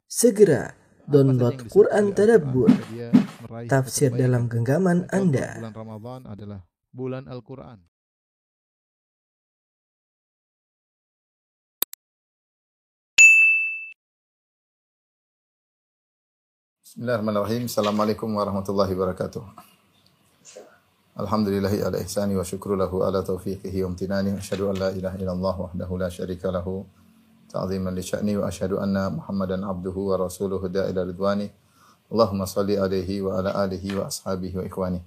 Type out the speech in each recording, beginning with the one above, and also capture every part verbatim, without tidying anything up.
Segera download Quran Tadabbur, dia meraih tafsir kebaikan. dalam genggaman Contoh, Anda. Bulan Ramadan adalah bulan Al-Quran. Bismillahirrahmanirrahim. Assalamualaikum warahmatullahi wabarakatuh. Alhamdulillahi ala ihsani wa syukru lahu ala taufiqihi wa amtinani. Asyhadu an la ilaha illallah wahdahu la syarika lahu ta'ziman li sya'ni wa asyhadu anna Muhammadan abduhu wa rasuluhu da'ila ridwani. Allahumma salli alaihi wa ala alihi wa ashabihi wa ikhwani.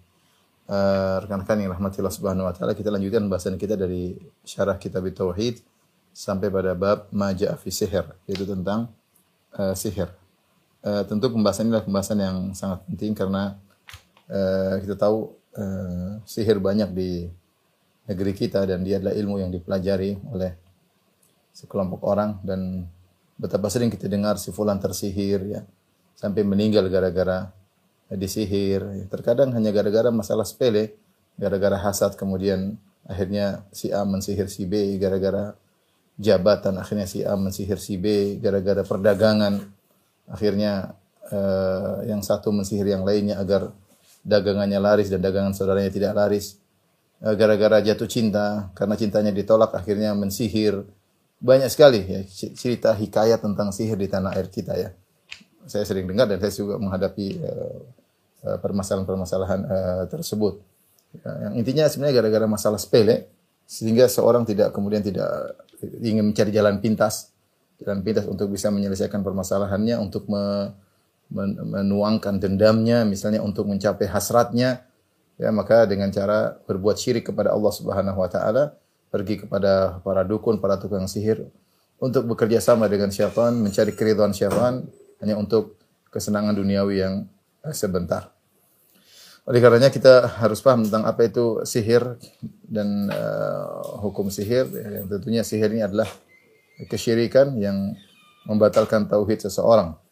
Uh, rekan-rekan yang rahmatillah subhanahu wa ta'ala, kita lanjutkan bahasan kita dari syarah kitab Tauhid sampai pada bab ma ja'a fi sihir, yaitu tentang uh, sihir. Uh, tentu pembahasan ini adalah pembahasan yang sangat penting karena uh, kita tahu uh, sihir banyak di negeri kita dan dia adalah ilmu yang dipelajari oleh sekelompok orang, dan betapa sering kita dengar si fulan tersihir ya, sampai meninggal gara-gara uh, disihir. Ya, terkadang hanya gara-gara masalah sepele, gara-gara hasad, kemudian akhirnya si A mensihir si B, gara-gara jabatan akhirnya si A mensihir si B, gara-gara perdagangan akhirnya uh, yang satu mensihir yang lainnya agar dagangannya laris dan dagangan saudaranya tidak laris. Uh, gara-gara jatuh cinta, karena cintanya ditolak akhirnya mensihir. Banyak sekali ya cerita hikayat tentang sihir di tanah air kita ya. Saya sering dengar dan saya juga menghadapi uh, uh, permasalahan-permasalahan uh, tersebut. Uh, yang intinya sebenarnya gara-gara masalah sepele sehingga seorang tidak kemudian tidak ingin mencari jalan pintas. Jalan pintas untuk bisa menyelesaikan permasalahannya, untuk me, men, menuangkan dendamnya, misalnya untuk mencapai hasratnya, ya maka dengan cara berbuat syirik kepada Allah Subhanahu wa taala, pergi kepada para dukun, para tukang sihir untuk bekerja sama dengan syaitan, mencari keridhaan syaitan hanya untuk kesenangan duniawi yang sebentar. Oleh karenanya kita harus paham tentang apa itu sihir dan uh, hukum sihir. Ya, tentunya sihir ini adalah kesyirikan yang membatalkan tauhid seseorang.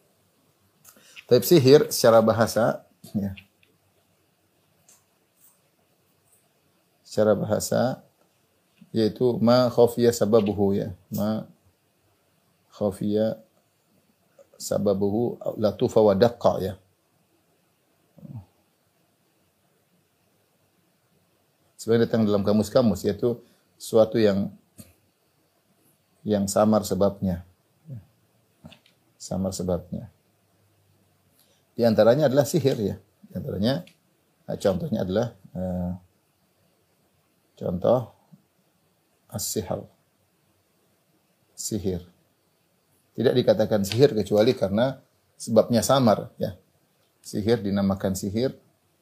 Tapi sihir secara bahasa, ya, secara bahasa yaitu ma khafiya sababuhu ya, ma khafiya sababuhu latufa wa daqqa ya. Sebenarnya datang dalam kamus-kamus yaitu suatu yang yang samar sebabnya. Samar sebabnya. Di antaranya adalah sihir ya. Di antaranya contohnya adalah uh, contoh as-sihr. Sihir. Tidak dikatakan sihir kecuali karena sebabnya samar ya. Sihir dinamakan sihir.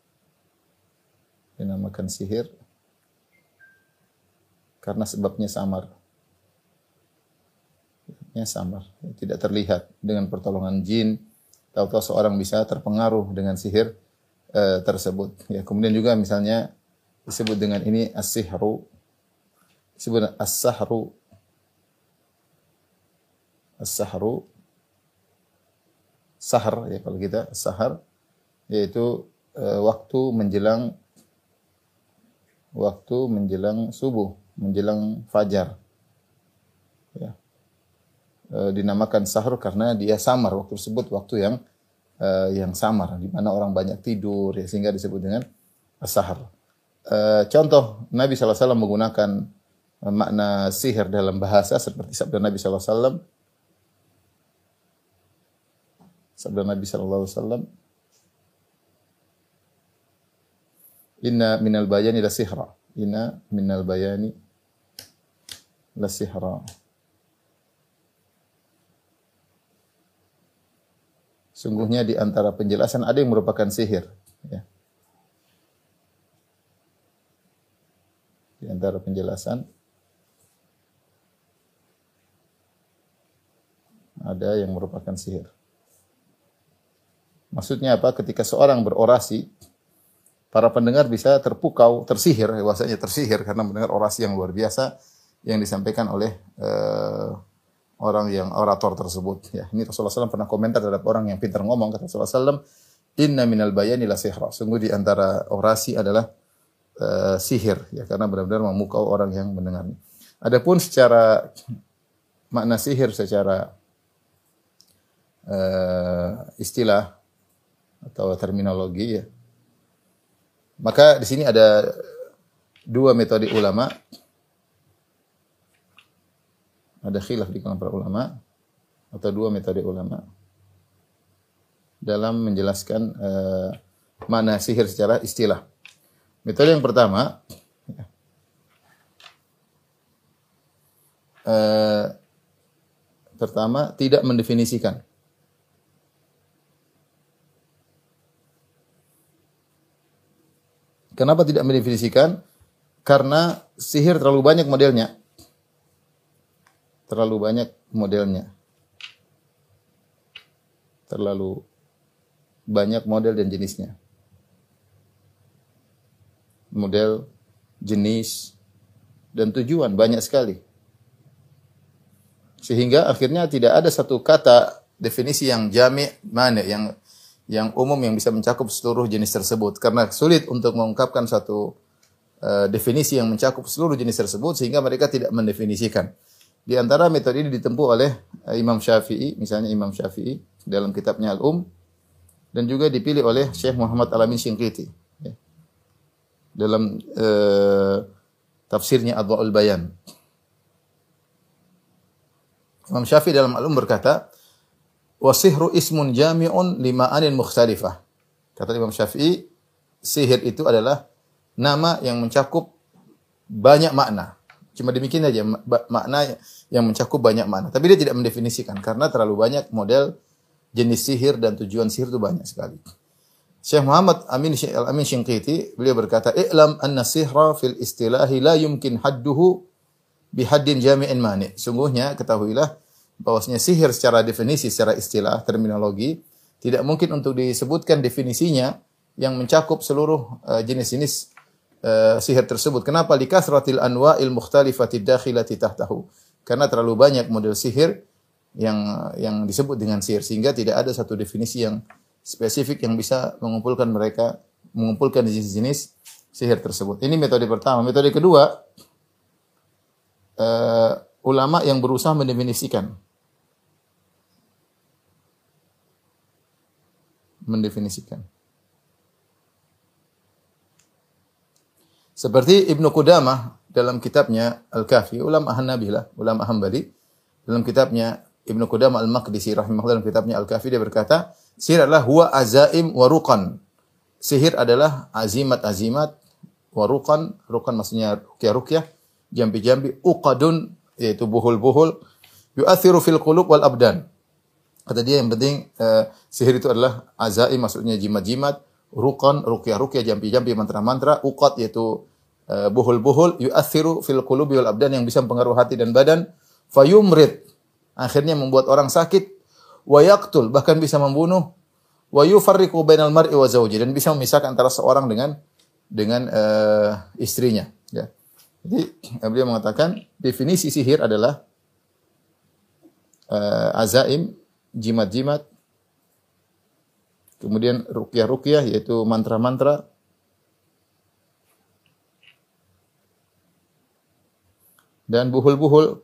Dinamakan sihir karena sebabnya samar. Samar, tidak terlihat. Dengan pertolongan jin, tahu-tahu seorang bisa terpengaruh dengan sihir uh, tersebut. Ya, kemudian juga misalnya disebut dengan ini as-sihru, disebut as-sahru, as-sahru, sahar ya kalau kita sahar, yaitu uh, waktu menjelang waktu menjelang subuh, menjelang fajar. Ya. E, dinamakan sahur karena dia samar waktu tersebut, waktu yang e, yang samar di mana orang banyak tidur ya, sehingga disebut dengan sahur. E, contoh Nabi sallallahu alaihi wasallam menggunakan e, makna sihir dalam bahasa seperti sabda Nabi sallallahu alaihi wasallam. Sabda Nabi sallallahu alaihi wasallam, "Inna minal bayani la sihra." Inna minal bayani la sihra. Sungguhnya di antara penjelasan ada yang merupakan sihir. Ya. Di antara penjelasan ada yang merupakan sihir. Maksudnya apa? Ketika seorang berorasi, para pendengar bisa terpukau, tersihir, bahasanya tersihir karena mendengar orasi yang luar biasa yang disampaikan oleh uh, orang yang orator tersebut. Ya, ini Rasulullah shallallahu alaihi wasallam pernah komentar terhadap orang yang pintar ngomong. Kata Rasulullah shallallahu alaihi wasallam, "Inna minal bayani la sihra." Sungguh di antara orasi adalah uh, sihir, ya, karena benar-benar memukau orang yang mendengarnya. Adapun secara makna sihir secara uh, istilah atau terminologi ya. Maka di sini ada dua metode ulama. Ada khilaf di kalangan para ulama atau dua metode ulama dalam menjelaskan uh, makna sihir secara istilah. Metode yang pertama uh, pertama tidak mendefinisikan. Kenapa tidak mendefinisikan? Karena sihir terlalu banyak modelnya. Terlalu banyak modelnya. Terlalu banyak model dan jenisnya. Model, jenis, dan tujuan banyak sekali. Sehingga akhirnya tidak ada satu kata definisi yang jami' mana yang yang umum yang bisa mencakup seluruh jenis tersebut. Karena sulit untuk mengungkapkan satu uh, definisi yang mencakup seluruh jenis tersebut sehingga mereka tidak mendefinisikan. Di antara metode ini ditempuh oleh uh, Imam Syafi'i, misalnya Imam Syafi'i dalam kitabnya Al-Um, dan juga dipilih oleh Syekh Muhammad Al-Amin Shinqiti ya, dalam uh, tafsirnya Adwa'ul Bayan. Imam Syafi'i dalam Al-Um berkata, wasihru ismun jami'un lima'anin mukhtalifah. Kata Imam Syafi'i, sihir itu adalah nama yang mencakup banyak makna. Cuma demikian saja, makna yang mencakup banyak makna. Tapi dia tidak mendefinisikan, karena terlalu banyak model jenis sihir dan tujuan sihir itu banyak sekali. Syekh Muhammad Amin Al-Amin Shinqiti, beliau berkata, i'lam anna sihra fil istilahi la yumkin hadduhu bihaddin jami'in mani'. Sungguhnya, ketahuilah, bahwasanya sihir secara definisi, secara istilah, terminologi, tidak mungkin untuk disebutkan definisinya yang mencakup seluruh uh, jenis-jenis uh, sihir tersebut. Kenapa? Likasratil anwa'il mukhtalifatid dakhilati tahtahu. Karena terlalu banyak model sihir yang yang disebut dengan sihir, sehingga tidak ada satu definisi yang spesifik yang bisa mengumpulkan mereka, mengumpulkan jenis-jenis sihir tersebut. Ini metode pertama. Metode kedua, uh, ulama yang berusaha mendefinisikan. mendefinisikan. Seperti Ibnu Qudamah dalam kitabnya Al-Kafi, ulama Hanabilah, ulama Hambali, dalam kitabnya Ibnu Qudamah Al-Maqdisi rahimahullah, dalam kitabnya Al-Kafi, dia berkata, sihir adalah huwa azaim wa ruqan. Sihir adalah azimat-azimat, wa ruqan, ruqan maksudnya ruqyah-ruqyah, jambi-jambi, uqadun, yaitu buhul-buhul, yu'athiru fil qulub wal abdan. Kata dia yang penting uh, sihir itu adalah azaim, maksudnya jimat-jimat, ruqan, ruqyah-ruqyah, jampi-jampi, mantra-mantra, uqad yaitu uh, buhul-buhul, yu'athiru fil qulubi wal abdan, yang bisa mempengaruhi hati dan badan, fayumrid, akhirnya membuat orang sakit, wa yaqtul, bahkan bisa membunuh, wa yufarriqu bainal mar'i wa zawji, dan bisa memisahkan antara seorang dengan dengan uh, istrinya, ya. Jadi beliau mengatakan definisi sihir adalah uh, azaim, jimat-jimat, kemudian ruqyah-ruqyah yaitu mantra-mantra, dan buhul-buhul,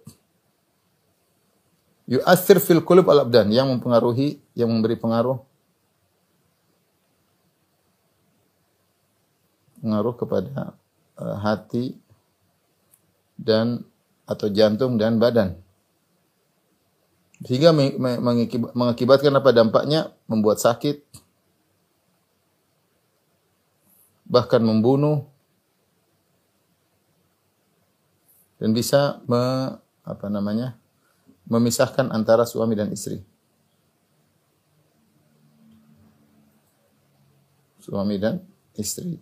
yu'athir fil qulub al abdan, yang mempengaruhi, yang memberi pengaruh pengaruh kepada uh, hati dan atau jantung dan badan. Sehingga mengakibatkan apa dampaknya? Membuat sakit, bahkan membunuh, dan bisa me, apa namanya? memisahkan antara suami dan istri. Suami dan istri.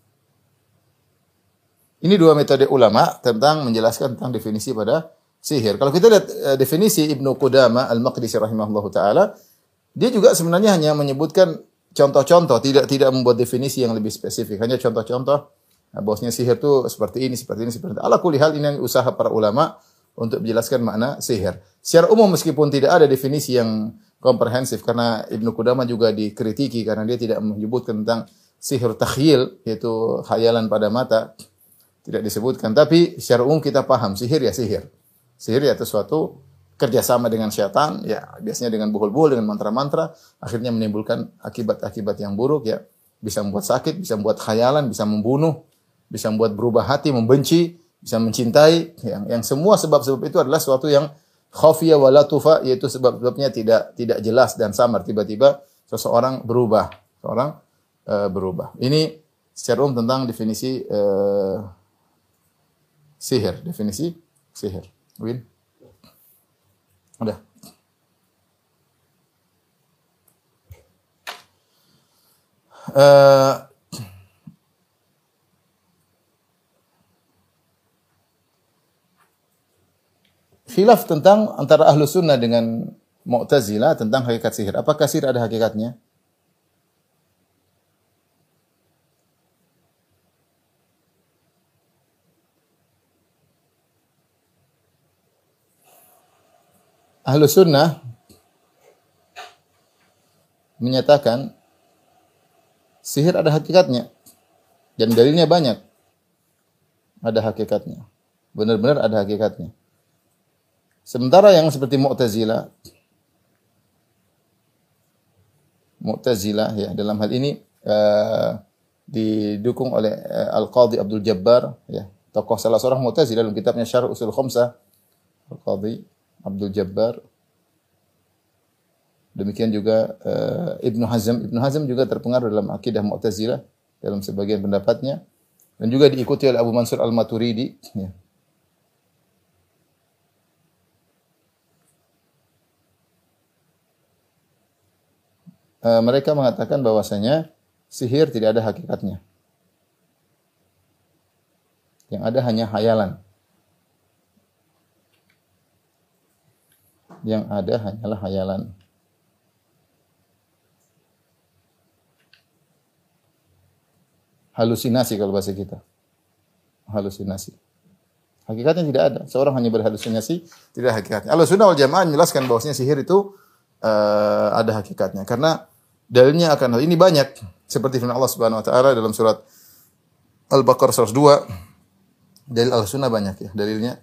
Ini dua metode ulama tentang menjelaskan tentang definisi pada sihir. Kalau kita lihat uh, definisi Ibnu Qudamah Al-Maqdisi rahimahullahu taala, dia juga sebenarnya hanya menyebutkan contoh-contoh, tidak tidak membuat definisi yang lebih spesifik, hanya contoh-contoh. Nah, bahwasanya sihir itu seperti ini, seperti ini, seperti ini. Ala kulli hal, ini usaha para ulama untuk menjelaskan makna sihir. Secara umum meskipun tidak ada definisi yang komprehensif, karena Ibnu Qudamah juga dikritiki karena dia tidak menyebutkan tentang sihir takhyil, yaitu khayalan pada mata, tidak disebutkan. Tapi secara umum kita paham sihir ya sihir. Sihir ya sesuatu kerjasama dengan syaitan, ya biasanya dengan buhul-buhul, dengan mantra-mantra, akhirnya menimbulkan akibat-akibat yang buruk, ya bisa membuat sakit, bisa membuat khayalan, bisa membunuh, bisa membuat berubah hati, membenci, bisa mencintai. Yang, yang semua sebab-sebab itu adalah sesuatu yang khafiyah wa latufa, yaitu sebab-sebabnya tidak tidak jelas dan samar. Tiba-tiba seseorang berubah, seorang uh, berubah. Ini secara umum tentang definisi uh, sihir, definisi sihir. Win, udah. Uh, Khilaf tentang antara ahlu sunnah dengan Mu'tazilah tentang hakikat sihir. Apakah sihir ada hakikatnya? Ahlu sunnah menyatakan sihir ada hakikatnya. Dan dalilnya banyak. Ada hakikatnya. Benar-benar ada hakikatnya. Sementara yang seperti Mu'tazilah, Mu'tazilah ya dalam hal ini uh, didukung oleh uh, Al-Qadhi Abdul Jabbar, ya tokoh salah seorang Mu'tazilah dalam kitabnya Syarh Usul Khamsah, Al-Qadhi Abdul Jabbar. Demikian juga uh, Ibnu Hazm, Ibnu Hazm juga terpengaruh dalam akidah Mu'tazilah dalam sebagian pendapatnya, dan juga diikuti oleh Abu Mansur Al-Maturidi. Ya. Mereka mengatakan bahwasanya sihir tidak ada hakikatnya. Yang ada hanya khayalan. Yang ada hanyalah khayalan. Halusinasi kalau bahasa kita. Halusinasi. Hakikatnya tidak ada. Seorang hanya berhalusinasi, tidak hakikatnya. Ahlussunnah wal Jamaah menjelaskan bahwasanya sihir itu uh, ada hakikatnya. Karena dalilnya akan hal ini banyak, seperti firman Allah Subhanahu wa taala dalam surat Al-Baqarah seratus dua. Dalil Ahlussunnah banyak ya dalilnya.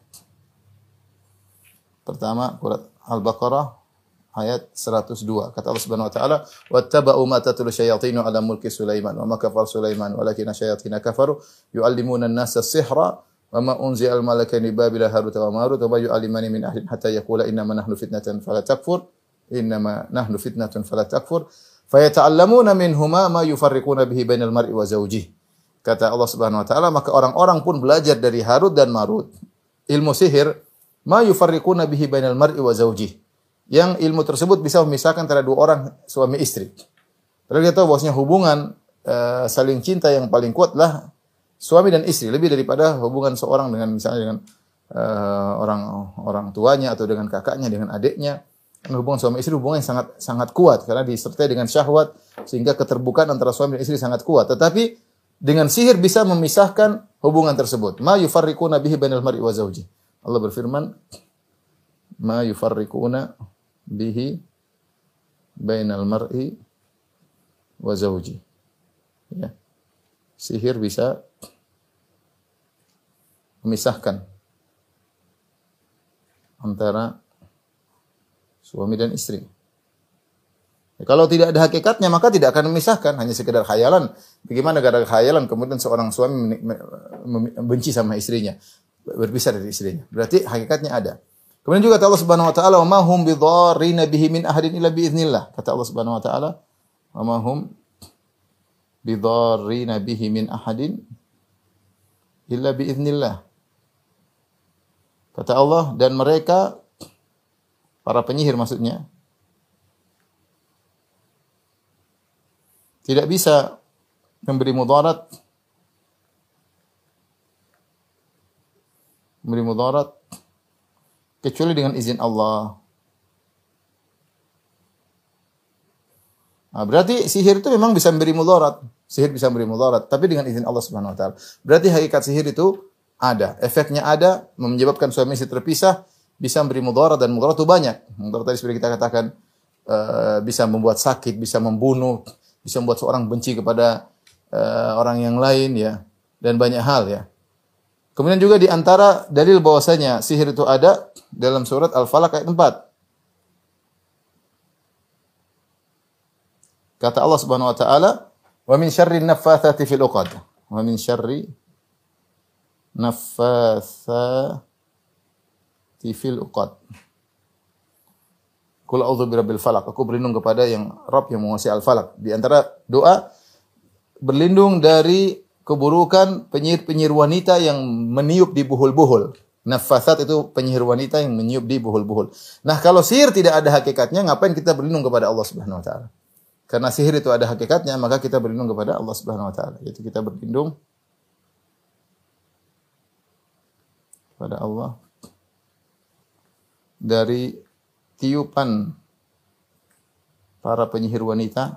Pertama surat Al-Baqarah ayat seratus dua. Kata Allah Subhanahu wa taala, "Wattaba'u ma tatlu syayatinu 'ala mulki Sulaiman wa ma kafara Sulaiman walakinna syayatina kafaru yu'allimuna an-nasa as-sihra wa ma unzila al-malakaini Babila Harut wa Marut wa ma yu'allimani min ahlin hatta yaqula innama nahnu fitnatan fala takfur innama nahnu fitnatun fala takfur." Fayata'allamuna minhuma ma yufarriquna bihi bainal mar'i wa zawjihi. Kata Allah Subhanahu wa taala, maka orang-orang pun belajar dari Harut dan Marut ilmu sihir, ma yufarriquna bihi bainal mar'i wa zawjihi. Yang ilmu tersebut bisa memisahkan antara dua orang suami istri. Padahal kita tahu bahwasanya hubungan uh, saling cinta yang paling kuat adalah suami dan istri, lebih daripada hubungan seorang dengan misalnya dengan uh, orang orang tuanya atau dengan kakaknya, dengan adiknya. Hubungan suami istri hubungan yang sangat sangat kuat karena disertai dengan syahwat sehingga keterbukaan antara suami dan istri sangat kuat. Tetapi dengan sihir bisa memisahkan hubungan tersebut. Ma yufarriquna bihi bainal mar'i wa zawji. Allah berfirman, ma yufarriquna bihi bainal mar'i wa zawji. Ya. Sihir bisa memisahkan antara suami dan istri. Ya, kalau tidak ada hakikatnya maka tidak akan memisahkan, hanya sekedar khayalan. Bagaimana gara-gara khayalan kemudian seorang suami benci sama istrinya, berpisah dari istrinya. Berarti hakikatnya ada. Kemudian juga kata Allah Subhanahu wa taala, "Wa ma hum bidharrina bihi min ahadin illa bi idznillah." Kata Allah Subhanahu wa taala, "Wa ma hum bidharrina bihi min ahadin illa bi idznillah." Kata Allah, dan mereka para penyihir maksudnya tidak bisa memberi mudarat memberi mudarat kecuali dengan izin Allah. Nah, berarti sihir itu memang bisa memberi mudarat. Sihir bisa memberi mudarat, tapi dengan izin Allah Subhanahu wa taala. Berarti hakikat sihir itu ada, efeknya ada, menyebabkan suami istri terpisah, bisa memberi mudarat, dan mudarat itu banyak. Mudarat tadi seperti kita katakan uh, bisa membuat sakit, bisa membunuh, bisa membuat seorang benci kepada uh, orang yang lain ya, dan banyak hal ya. Kemudian juga di antara dalil bahwasanya sihir itu ada dalam surat Al-Falaq ayat empat. Kata Allah Subhanahu wa taala, "Wa min syarri naffatsati fil 'uqad." Wa min syarri naffatsati fil 'uqad. Qul a'udzu birabbil falaq. Aku berlindung kepada yang Rabb yang menguasai Al-Falaq. Di antara doa berlindung dari keburukan penyihir-penyihir wanita yang meniup di buhul-buhul. Nafasat itu penyihir wanita yang meniup di buhul-buhul. Nah, kalau sihir tidak ada hakikatnya, ngapain kita berlindung kepada Allah Subhanahu wa taala? Karena sihir itu ada hakikatnya, maka kita berlindung kepada Allah Subhanahu wa taala. Yaitu kita berlindung kepada Allah dari tiupan para penyihir wanita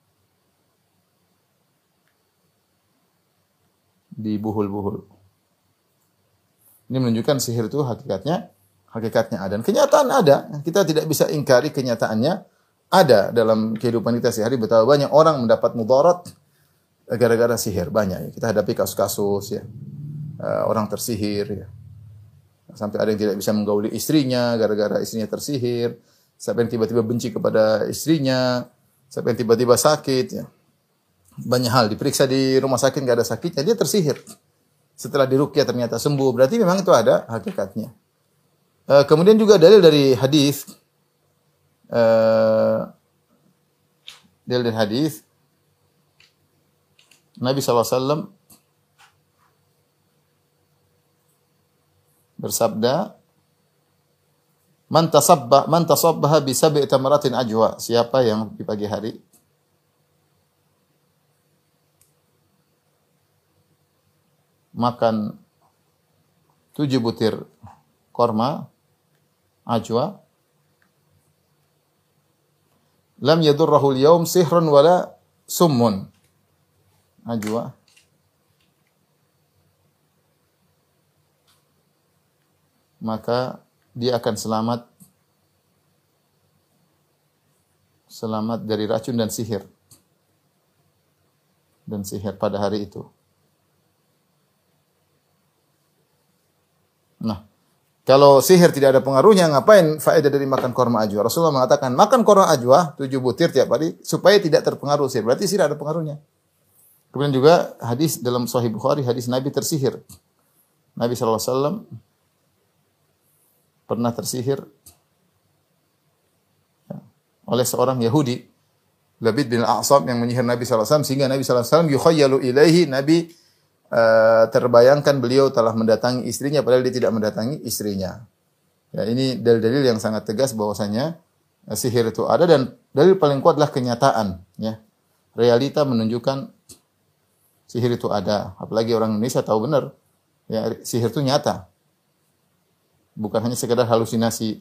di buhul-buhul. Ini menunjukkan sihir itu hakikatnya hakikatnya ada. Dan kenyataan ada. Kita tidak bisa ingkari kenyataannya ada dalam kehidupan kita sehari. Betapa banyak orang mendapat mudarat gara-gara sihir. Banyak. Kita hadapi kasus-kasus ya. Uh, orang tersihir ya. Sampai ada yang tidak bisa menggauli istrinya gara-gara istrinya tersihir. Sampai yang tiba-tiba benci kepada istrinya. Sampai yang tiba-tiba sakit ya. Banyak hal, diperiksa di rumah sakit nggak ada sakitnya, dia tersihir. Setelah diruqyah ternyata sembuh, berarti memang itu ada hakikatnya. Uh, kemudian juga dalil dari hadis, uh, dalil dari hadis, Nabi sallallahu alaihi wasallam bersabda, "Man tasabba man tasabbaha bi sab'i tamaratin ajwa." Siapa yang di pagi hari makan tujuh butir korma ajwa, lam yadurrahul yaum sihrun wala summun. Ajwa maka dia akan selamat selamat dari racun dan sihir dan sihir pada hari itu. Nah, kalau sihir tidak ada pengaruhnya, ngapain faedah dari makan korma ajwa? Rasulullah mengatakan, makan korma ajwa, tujuh butir tiap hari, supaya tidak terpengaruh sihir. Berarti sihir ada pengaruhnya. Kemudian juga hadis dalam Sahih Bukhari, hadis Nabi tersihir. Nabi shallallahu alaihi wasallam pernah tersihir oleh seorang Yahudi, Labid bin Al-A'sam, yang menyihir Nabi shallallahu alaihi wasallam, sehingga Nabi shallallahu alaihi wasallam yukhayyalu ilaihi, Nabi Uh, terbayangkan beliau telah mendatangi istrinya padahal dia tidak mendatangi istrinya. Ya, ini dalil-dalil yang sangat tegas bahwasanya uh, sihir itu ada, dan dalil paling kuat adalah kenyataan. Ya, realita menunjukkan sihir itu ada. Apalagi orang Indonesia tahu benar, ya, sihir itu nyata, bukan hanya sekedar halusinasi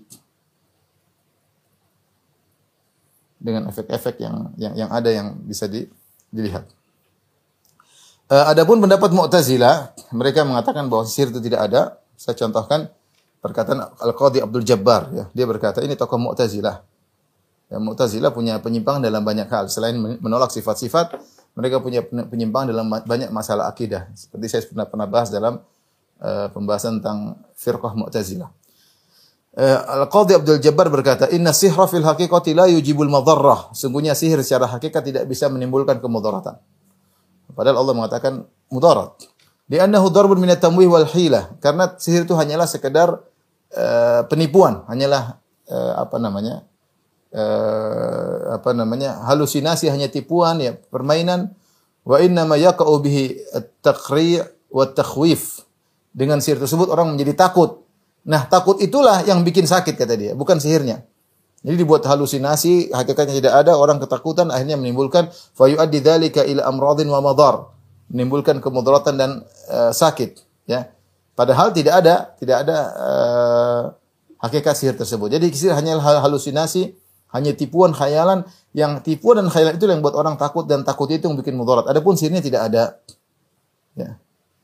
dengan efek-efek yang yang yang ada yang bisa di, dilihat. Uh, adapun pendapat Mu'tazilah, mereka mengatakan bahwa sihir itu tidak ada. Saya contohkan perkataan Al-Qadhi Abdul Jabbar. Ya. Dia berkata, ini tokoh Mu'tazilah. Ya, Mu'tazilah punya penyimpangan dalam banyak hal. Selain menolak sifat-sifat, mereka punya penyimpangan dalam banyak masalah akidah. Seperti saya pernah pernah bahas dalam uh, pembahasan tentang firqah Mu'tazilah. Uh, Al-Qadhi Abdul Jabbar berkata, inna sihra fil haqiqati la yujibul madarrah. Sungguhnya sihir secara hakikat tidak bisa menimbulkan kemudaratan. Padahal Allah mengatakan mudarat. Li'annahu darbun min at-tamwih wal hilah. Karena sihir itu hanyalah sekedar uh, penipuan, hanyalah uh, apa namanya? Uh, apa namanya? halusinasi, hanya tipuan, ya, permainan. Wa inna ma yaqa'u bihi at-taqri' wa at-takhwif. Dengan sihir tersebut orang menjadi takut. Nah, takut itulah yang bikin sakit kata dia, bukan sihirnya. Jadi dibuat halusinasi, hakikatnya tidak ada, orang ketakutan, akhirnya menimbulkan fayu'addi dzalika ila amradin wa madar, menimbulkan kemudaratan dan uh, sakit, ya. Padahal tidak ada, tidak ada uh, hakikat sihir tersebut. Jadi sihir hanya halusinasi, hanya tipuan, khayalan, yang tipuan dan khayalan itu yang buat orang takut, dan takut itu yang bikin mudarat. Adapun sihirnya tidak ada. Ya.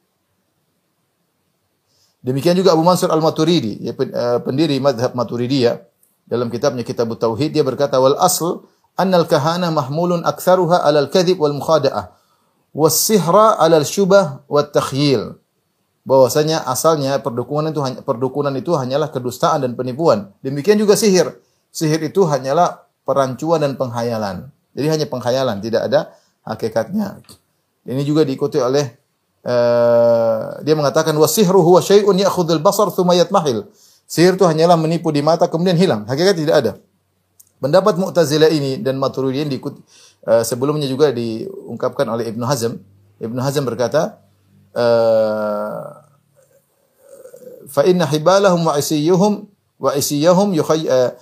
Demikian juga Abu Mansur Al-Maturidi, ya, pendiri mazhab Maturidiyah. Dalam kitabnya Kitabut Tauhid dia berkata, wal asl annal kahana mahmulun aktsaruha 'alal kadhib wal mukhada'ah was sihra 'alal syubah wat takhyil. bahwasanya asalnya perdukunan itu hanya perdukunan itu hanyalah kedustaan dan penipuan. Demikian juga sihir. Sihir itu hanyalah perancuan dan penghayalan. Jadi hanya penghayalan, tidak ada hakikatnya. Ini juga diikuti oleh uh, dia mengatakan wasihru huwa syai'un ya'khudhul basar tsumma yatmahil. Sihir itu hanyalah menipu di mata kemudian hilang. Hakikat tidak ada. Pendapat Mu'tazilah ini dan Maturidiyyin diikuti uh, sebelumnya juga diungkapkan oleh Ibnu Hazm. Ibnu Hazm berkata fa inna hibalahum wa isiyuhum wa isiyahum yukhay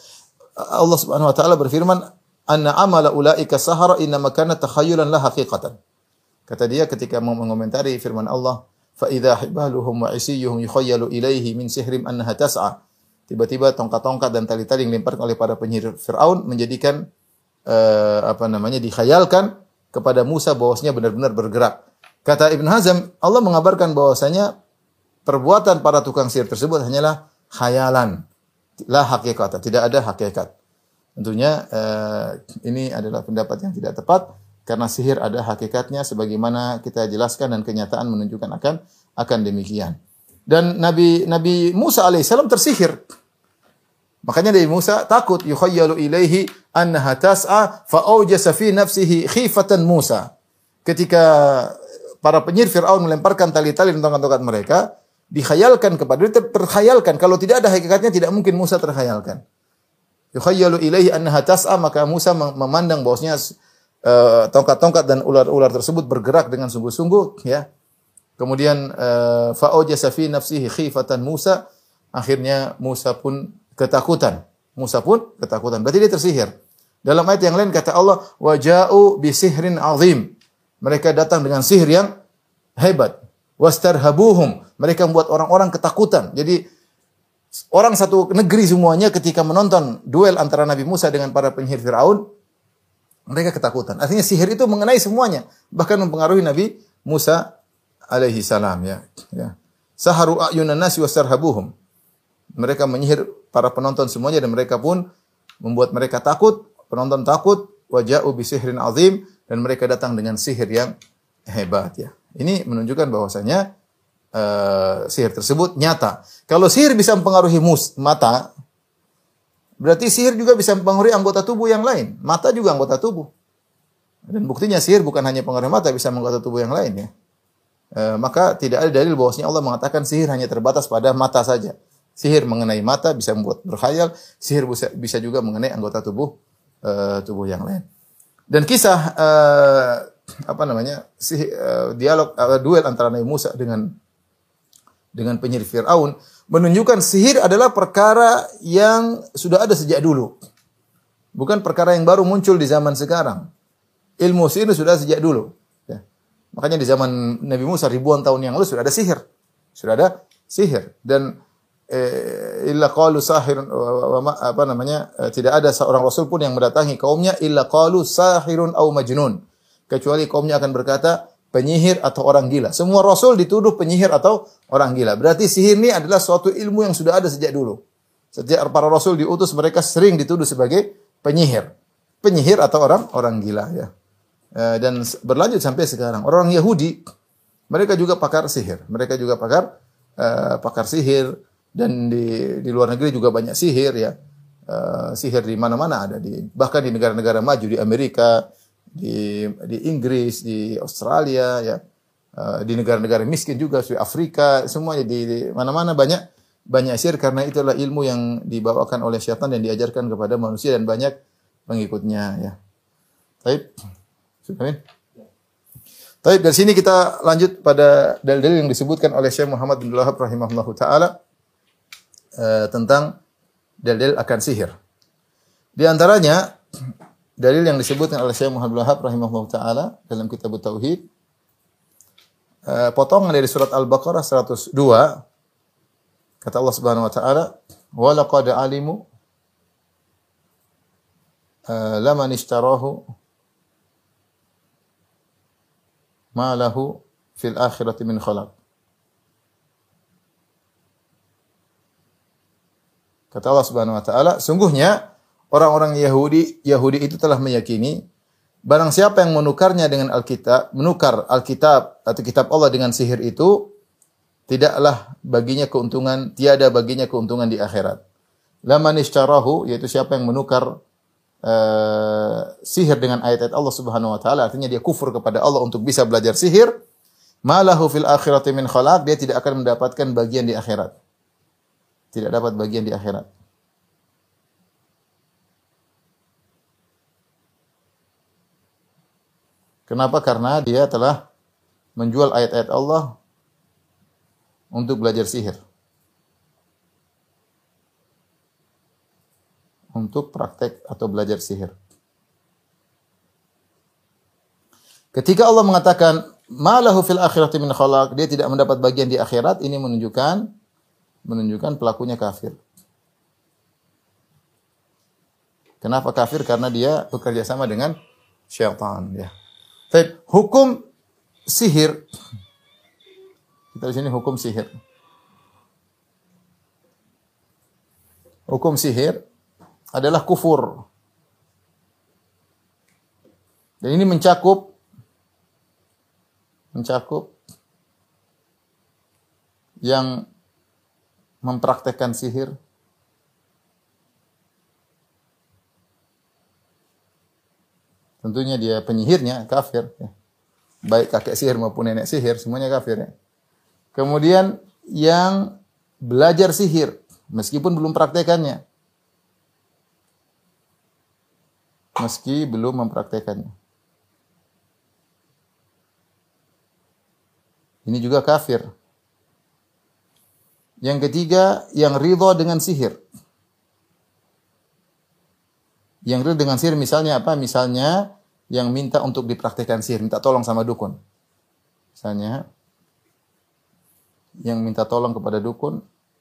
Allah Subhanahu wa taala berfirman anna amala ulaika sahara inna makana takhayyulan la haqiqatan. Kata dia ketika mengomentari firman Allah fa idza hibaluhum wa isiyuhum yukhayyalu ilaihi min sihrim annaha tas'a. Tiba-tiba tongkat-tongkat dan tali-tali yang dilemparkan oleh para penyihir Firaun menjadikan uh, apa namanya dikhayalkan kepada Musa bahwasanya benar-benar bergerak. Kata Ibn Hazm, Allah mengabarkan bahwasanya perbuatan para tukang sihir tersebut hanyalah khayalan, la hakikat, tidak ada hakikat. Tentunya eh, ini adalah pendapat yang tidak tepat karena sihir ada hakikatnya sebagaimana kita jelaskan dan kenyataan menunjukkan akan akan demikian. Dan Nabi Nabi Musa alaihissalam tersihir. Makanya Nabi Musa takut yukhayyalu ilaihi annaha tas'a fa awjasa fi nafsihi khifatan Musa. Ketika para penyihir Fir'aun melemparkan tali-tali dan tongkat-tongkat mereka, dikhayalkan kepada dia, terkhayalkan. Kalau tidak ada hakikatnya, tidak mungkin Musa terkhayalkan. Yukhayyalu ilaihi annaha tas'a, maka Musa memandang bahwasanya uh, tongkat-tongkat dan ular-ular tersebut bergerak dengan sungguh-sungguh. Ya. Kemudian, uh, fa'awjasa fi nafsihi khifatan Musa, akhirnya Musa pun ketakutan. Musa pun ketakutan. Berarti dia tersihir. Dalam ayat yang lain kata Allah, waja'u bisihrin azim. Mereka datang dengan sihir yang hebat. Wastarhabuhum. Mereka membuat orang-orang ketakutan. Jadi orang satu negeri semuanya ketika menonton duel antara Nabi Musa dengan para penyihir Firaun, mereka ketakutan. Artinya sihir itu mengenai semuanya, bahkan mempengaruhi Nabi Musa alaihi salam ya. Ya. Saharu a'yunan nasi wastarhabuhum. Mereka menyihir para penonton semuanya dan mereka pun membuat mereka takut, penonton takut. Waja'u bisihrin azim. Dan mereka datang dengan sihir yang hebat ya. Ini menunjukkan bahwasanya uh, sihir tersebut nyata. Kalau sihir bisa mempengaruhi mus, mata, berarti sihir juga bisa mempengaruhi anggota tubuh yang lain. Mata juga anggota tubuh. Dan buktinya sihir bukan hanya pengaruhi mata, bisa anggota tubuh yang lain ya. Uh, maka tidak ada dalil bahwasanya Allah mengatakan sihir hanya terbatas pada mata saja. Sihir mengenai mata bisa membuat berkhayal, sihir bisa, bisa juga mengenai anggota tubuh uh, tubuh yang lain. Dan kisah uh, apa namanya si, uh, dialog uh, duel antara Nabi Musa dengan dengan penyihir Firaun menunjukkan sihir adalah perkara yang sudah ada sejak dulu, bukan perkara yang baru muncul di zaman sekarang. Ilmu sihir sudah sejak dulu. Ya. Makanya di zaman Nabi Musa ribuan tahun yang lalu sudah ada sihir, sudah ada sihir dan Eh, illa qalu sahirun apa namanya eh, tidak ada seorang rasul pun yang mendatangi kaumnya illa qalu sahirun au majnun, kecuali kaumnya akan berkata penyihir atau orang gila. Semua rasul dituduh penyihir atau orang gila. Berarti sihir ini adalah suatu ilmu yang sudah ada sejak dulu. Sejak para rasul diutus mereka sering dituduh sebagai penyihir. Penyihir atau orang orang gila ya. Eh, dan berlanjut sampai sekarang. Orang Yahudi mereka juga pakar sihir. Mereka juga pakar uh, pakar sihir. Dan di di luar negeri juga banyak sihir ya. Uh, sihir di mana-mana ada di bahkan di negara-negara maju di Amerika, di di Inggris, di Australia ya. Uh, di negara-negara miskin juga di Afrika, semuanya di, di mana-mana banyak banyak sihir karena itu adalah ilmu yang dibawakan oleh syaitan dan diajarkan kepada manusia dan banyak pengikutnya ya. Baik. Sudah. Baik, dari sini kita lanjut pada dalil-dalil yang disebutkan oleh Syekh Muhammad bin Abdul Wahhab rahimahullahu taala. Uh, tentang dalil akan sihir. Di antaranya dalil yang disebutkan oleh Syekh Muhammad bin Wahhab rahimahullah taala dalam kitab Tauhid, uh, potongan dari surat Al-Baqarah seratus dua, kata Allah Subhanahu wa taala, "Wa laqad alimu uh, laman ishtarahu ma lahu fil akhirati min khalaq." Kata Allah Subhanahu wa taala, sungguhnya orang-orang Yahudi Yahudi itu telah meyakini barang siapa yang menukarnya dengan Alkitab, menukar Alkitab atau kitab Allah dengan sihir itu, tidaklah baginya keuntungan, tiada baginya keuntungan di akhirat. Laman ishtarahu, yaitu siapa yang menukar uh, sihir dengan ayat-ayat Allah Subhanahu wa taala, artinya dia kufur kepada Allah untuk bisa belajar sihir, malahu fil akhirati min khalaq, dia tidak akan mendapatkan bagian di akhirat. Tidak dapat bagian di akhirat. Kenapa? Karena dia telah menjual ayat-ayat Allah untuk belajar sihir. Untuk praktek atau belajar sihir. Ketika Allah mengatakan malahu fil akhirati min khalaq, dia tidak mendapat bagian di akhirat, ini menunjukkan menunjukkan pelakunya kafir. Kenapa kafir? Karena dia bekerja sama dengan syaitan, ya. Baik, hukum sihir. Kita di sini hukum sihir. Hukum sihir adalah kufur. Dan ini mencakup mencakup yang mempraktekkan sihir, tentunya dia penyihirnya kafir, ya. Baik kakek sihir maupun nenek sihir, semuanya kafir, ya. Kemudian yang belajar sihir meskipun belum praktekannya, meski belum mempraktekannya, ini juga kafir. Yang ketiga, yang ridha dengan sihir. Yang ridha dengan sihir misalnya apa? Misalnya yang minta untuk dipraktekkan sihir, minta tolong sama dukun. Misalnya yang minta tolong kepada dukun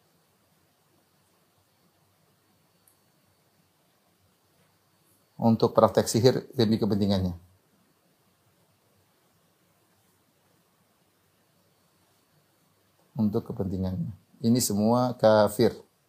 untuk praktek sihir demi kepentingannya. Untuk kepentingannya. Ini semua kafir.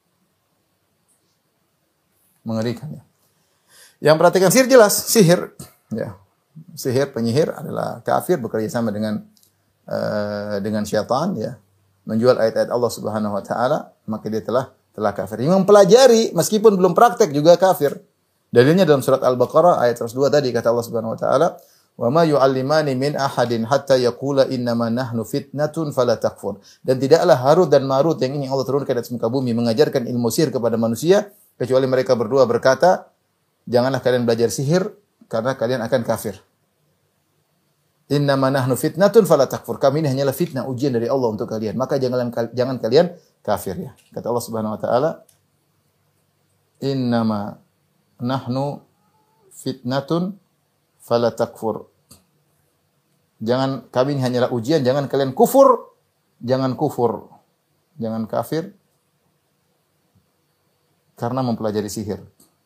Mengerikan, ya. Yang praktekkan sihir jelas, sihir, ya. Sihir, penyihir adalah kafir, bekerja sama dengan uh, dengan syaitan, ya. Menjual ayat-ayat Allah Subhanahu wa taala, maka dia telah telah kafir. Yang mempelajari meskipun belum praktek juga kafir. Dalilnya dalam surat Al-Baqarah ayat seratus dua tadi, kata Allah Subhanahu wa taala, "Wa ma yu'allimani min ahadin hatta yaqula innama nahnu fitnatun fala takfur." Dan tidaklah Harut dan Marut yang ini Allah turunkan dari muka bumi mengajarkan ilmu sihir kepada manusia kecuali mereka berdua berkata, "Janganlah kalian belajar sihir karena kalian akan kafir." Innama nahnu fitnatun fala takfur. Kami ini hanyalah fitnah, ujian dari Allah untuk kalian. Maka jangan jangan kalian kafir, ya. Kata Allah Subhanahu wa taala, "Innama nahnu fitnatun fala takfur." Jangan, kami ini hanyalah ujian, jangan kalian kufur, jangan kufur, jangan kafir karena mempelajari sihir.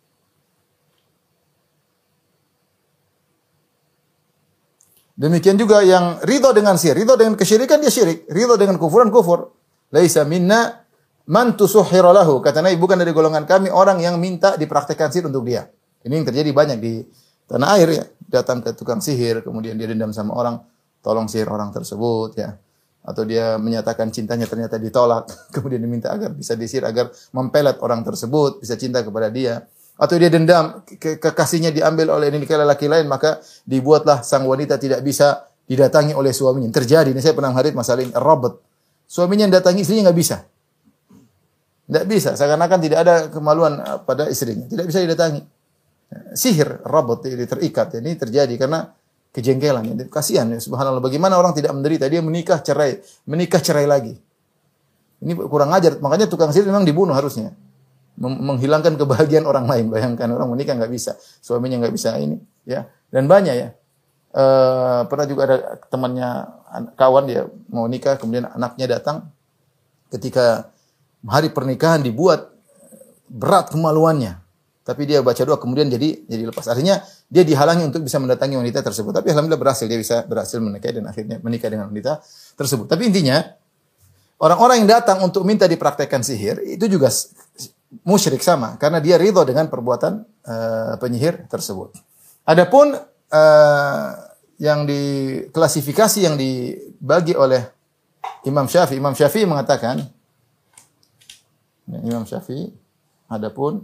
Demikian juga yang ridha dengan sihir, ridha dengan kesyirikan dia syirik, ridha dengan kufuran kufur. Laisa minna man tusuhhira lahu. Kata Nabi, bukan dari golongan kami orang yang minta dipraktekkan sihir untuk dia. Ini yang terjadi banyak di tanah air, ya. Datang ke tukang sihir, kemudian dia dendam sama orang, tolong sihir orang tersebut, ya. Atau dia menyatakan cintanya ternyata ditolak, kemudian diminta agar bisa disihir agar mempelet orang tersebut, bisa cinta kepada dia. Atau dia dendam, ke kekasihnya diambil oleh nikahi laki lain, maka dibuatlah sang wanita tidak bisa didatangi oleh suaminya. Terjadi, ini saya pernah menghadiri masalah ini, robot. Suaminya yang datangi istrinya nggak bisa. Nggak bisa, seakan-akan tidak ada kemaluan pada istrinya. Tidak bisa didatangi. Sihir, robot terikat. Ini terjadi karena kejengkelan. Kasihan, ya, subhanallah. Bagaimana orang tidak menderita? Dia menikah cerai, menikah cerai lagi. Ini kurang ajar. Makanya tukang sihir memang dibunuh harusnya. Menghilangkan kebahagiaan orang lain. Bayangkan orang menikah nggak bisa, suaminya nggak bisa ini, ya. Dan banyak, ya. E, pernah juga ada temannya kawan dia mau nikah, kemudian anaknya datang. Ketika hari pernikahan dibuat berat kemaluannya, tapi dia baca doa kemudian jadi jadi lepas. Artinya dia dihalangi untuk bisa mendatangi wanita tersebut. Tapi alhamdulillah berhasil, dia bisa berhasil menikah dan akhirnya menikah dengan wanita tersebut. Tapi intinya orang-orang yang datang untuk minta dipraktekkan sihir itu juga musyrik sama, karena dia ridha dengan perbuatan uh, penyihir tersebut. Adapun uh, yang diklasifikasi, yang dibagi oleh Imam Syafi'i, Imam Syafi'i mengatakan, ya, Imam Syafi'i, adapun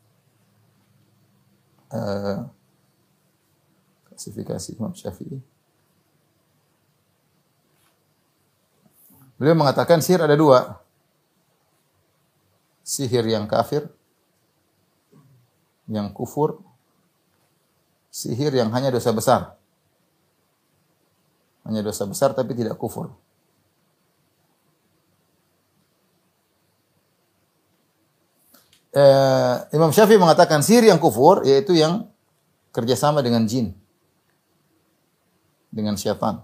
uh, klasifikasi Imam Syafi'i, beliau mengatakan sihir ada dua. Sihir yang kafir, yang kufur, sihir yang hanya dosa besar. Hanya dosa besar tapi tidak kufur. Eh, Imam Syafi'i mengatakan sihir yang kufur yaitu yang kerjasama dengan jin, dengan syaitan.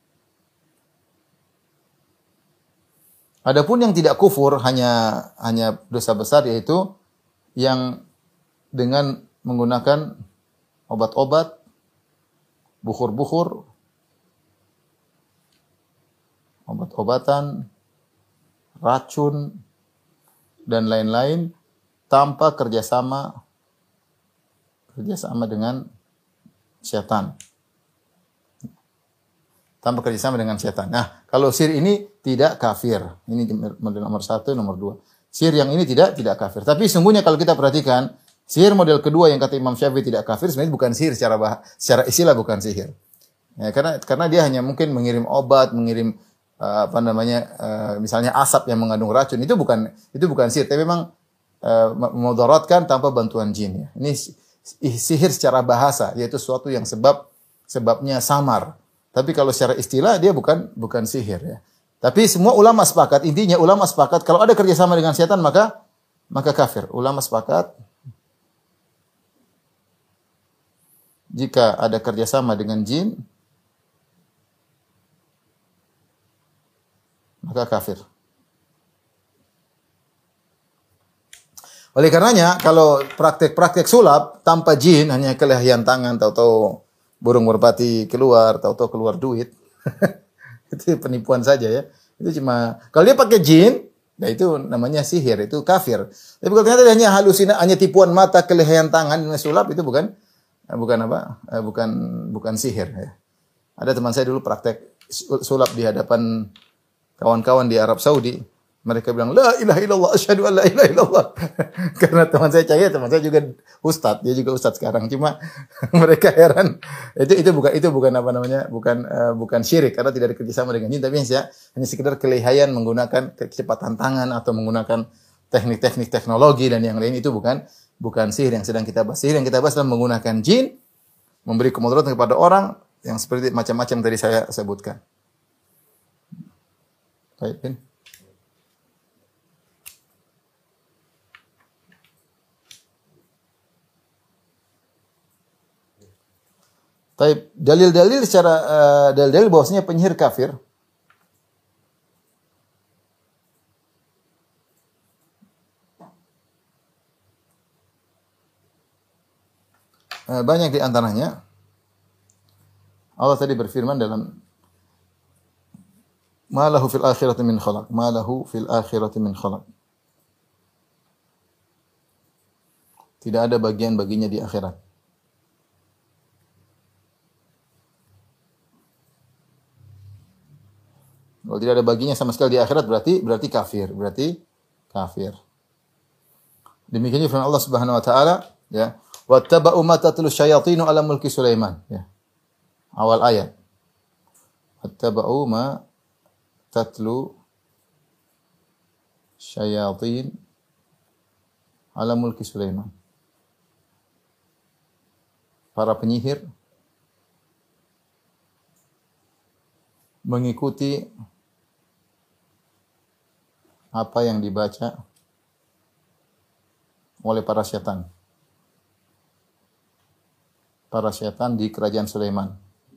Adapun yang tidak kufur hanya hanya dosa besar yaitu yang dengan menggunakan obat-obat, bukhur-bukhur, obat-obatan, racun, dan lain-lain tanpa kerjasama kerjasama dengan syaitan. Tanpa kerjasama dengan syaitan. Nah, kalau sihir ini tidak kafir. Ini model nomor satu, nomor dua. Sihir yang ini tidak tidak kafir. Tapi sungguhnya kalau kita perhatikan, sihir model kedua yang kata Imam Syafi'i tidak kafir, sebenarnya bukan sihir secara bah secara istilah bukan sihir. Ya, karena karena dia hanya mungkin mengirim obat, mengirim uh, apa namanya, uh, misalnya asap yang mengandung racun, itu bukan itu bukan sihir, tapi memang uh, memudaratkan tanpa bantuan jin. Ya. Ini sihir secara bahasa, yaitu sesuatu yang sebab sebabnya samar. Tapi kalau secara istilah dia bukan bukan sihir ya. Tapi semua ulama sepakat, intinya ulama sepakat kalau ada kerjasama dengan setan maka maka kafir. Ulama sepakat jika ada kerjasama dengan jin maka kafir. Oleh karenanya kalau praktek-praktek sulap tanpa jin, hanya kelehian tangan, tahu-tahu burung merpati keluar, tahu-tahu keluar duit. Itu penipuan saja ya. Itu cuma kalau dia pakai jin, ya itu namanya sihir, itu kafir. Tapi kalau ternyata hanya halusinasi, hanya tipuan mata, kelehian tangan, sulap, itu bukan bukan apa? Bukan bukan sihir ya. Ada teman saya dulu praktek sulap di hadapan kawan-kawan di Arab Saudi. Mereka bilang, la ilaha illallah, asyhadu an la ilaha illallah. Karena teman saya cahaya, teman saya juga ustadz, dia juga ustadz sekarang. Cuma mereka heran, itu itu bukan itu bukan apa namanya, bukan uh, bukan syirik karena tidak ada kerjasama dengan jin, tapi hanya hanya sekedar kelihayan menggunakan kecepatan tangan atau menggunakan teknik-teknik teknologi dan yang lain, itu bukan bukan sihir yang sedang kita bahas. Sihir yang kita bahas adalah menggunakan jin, memberi kemudaratan kepada orang yang seperti macam-macam tadi saya sebutkan. Baik, Bin. Taib, dalil-dalil secara uh, dalil-dalil bahwasanya penyihir kafir uh, banyak di antaranya. Allah tadi berfirman dalam ma lahu fil akhirati min khalaq, ma lahu fil akhirati min khalaq. Tidak ada bagian baginya di akhirat. Kalau tidak ada baginya sama sekali di akhirat berarti berarti kafir, berarti kafir. Demikian juga firman Allah Subhanahu wa taala, ya, wattaba'u ma tatlu syayatinu ala mulki Sulaiman, ya. Awal ayat. Wattaba'u ma tatlu syayatin ala mulki Sulaiman. Para penyihir mengikuti apa yang dibaca oleh para syaitan. Para syaitan di kerajaan Sulaiman.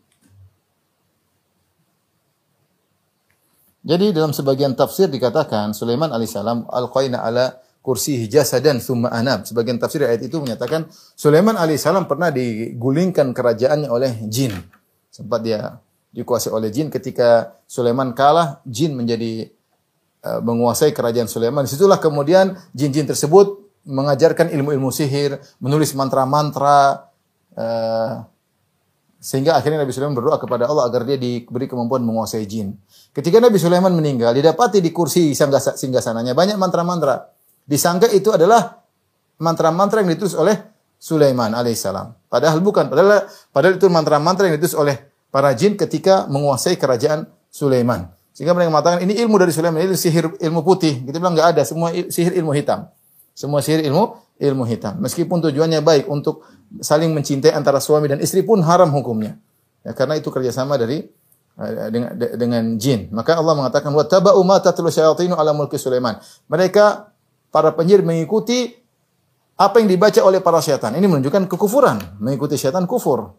Jadi dalam sebagian tafsir dikatakan Sulaiman alaihissalam alqaina ala kursihi jasadan thumma anab. Sebagian tafsir ayat itu menyatakan Sulaiman alaihissalam pernah digulingkan kerajaannya oleh jin. Sempat dia dikuasai oleh jin. Ketika Sulaiman kalah, jin menjadi uh, menguasai kerajaan Sulaiman. Disitulah kemudian jin-jin tersebut mengajarkan ilmu-ilmu sihir, menulis mantra-mantra, uh, Sehingga akhirnya Nabi Sulaiman berdoa kepada Allah agar dia diberi kemampuan menguasai jin. Ketika Nabi Sulaiman meninggal, didapati di kursi singgasananya banyak mantra-mantra. Disangka itu adalah mantra-mantra yang ditulis oleh Sulaiman alaihissalam. Padahal bukan. Padahal, padahal itu mantra-mantra yang ditulis oleh para jin ketika menguasai kerajaan Sulaiman. Sehingga mereka mengatakan ini ilmu dari Sulaiman, ini sihir ilmu putih. Kita bilang enggak ada, semua sihir ilmu hitam. Semua sihir ilmu ilmu hitam. Meskipun tujuannya baik untuk saling mencintai antara suami dan istri pun haram hukumnya. Ya, karena itu kerjasama dari uh, dengan dengan jin. Maka Allah mengatakan wattaba'u ma tatlu syayatinu ala mulki Sulaiman. Mereka para penyihir mengikuti apa yang dibaca oleh para syaitan. Ini menunjukkan kekufuran. Mengikuti syaitan kufur.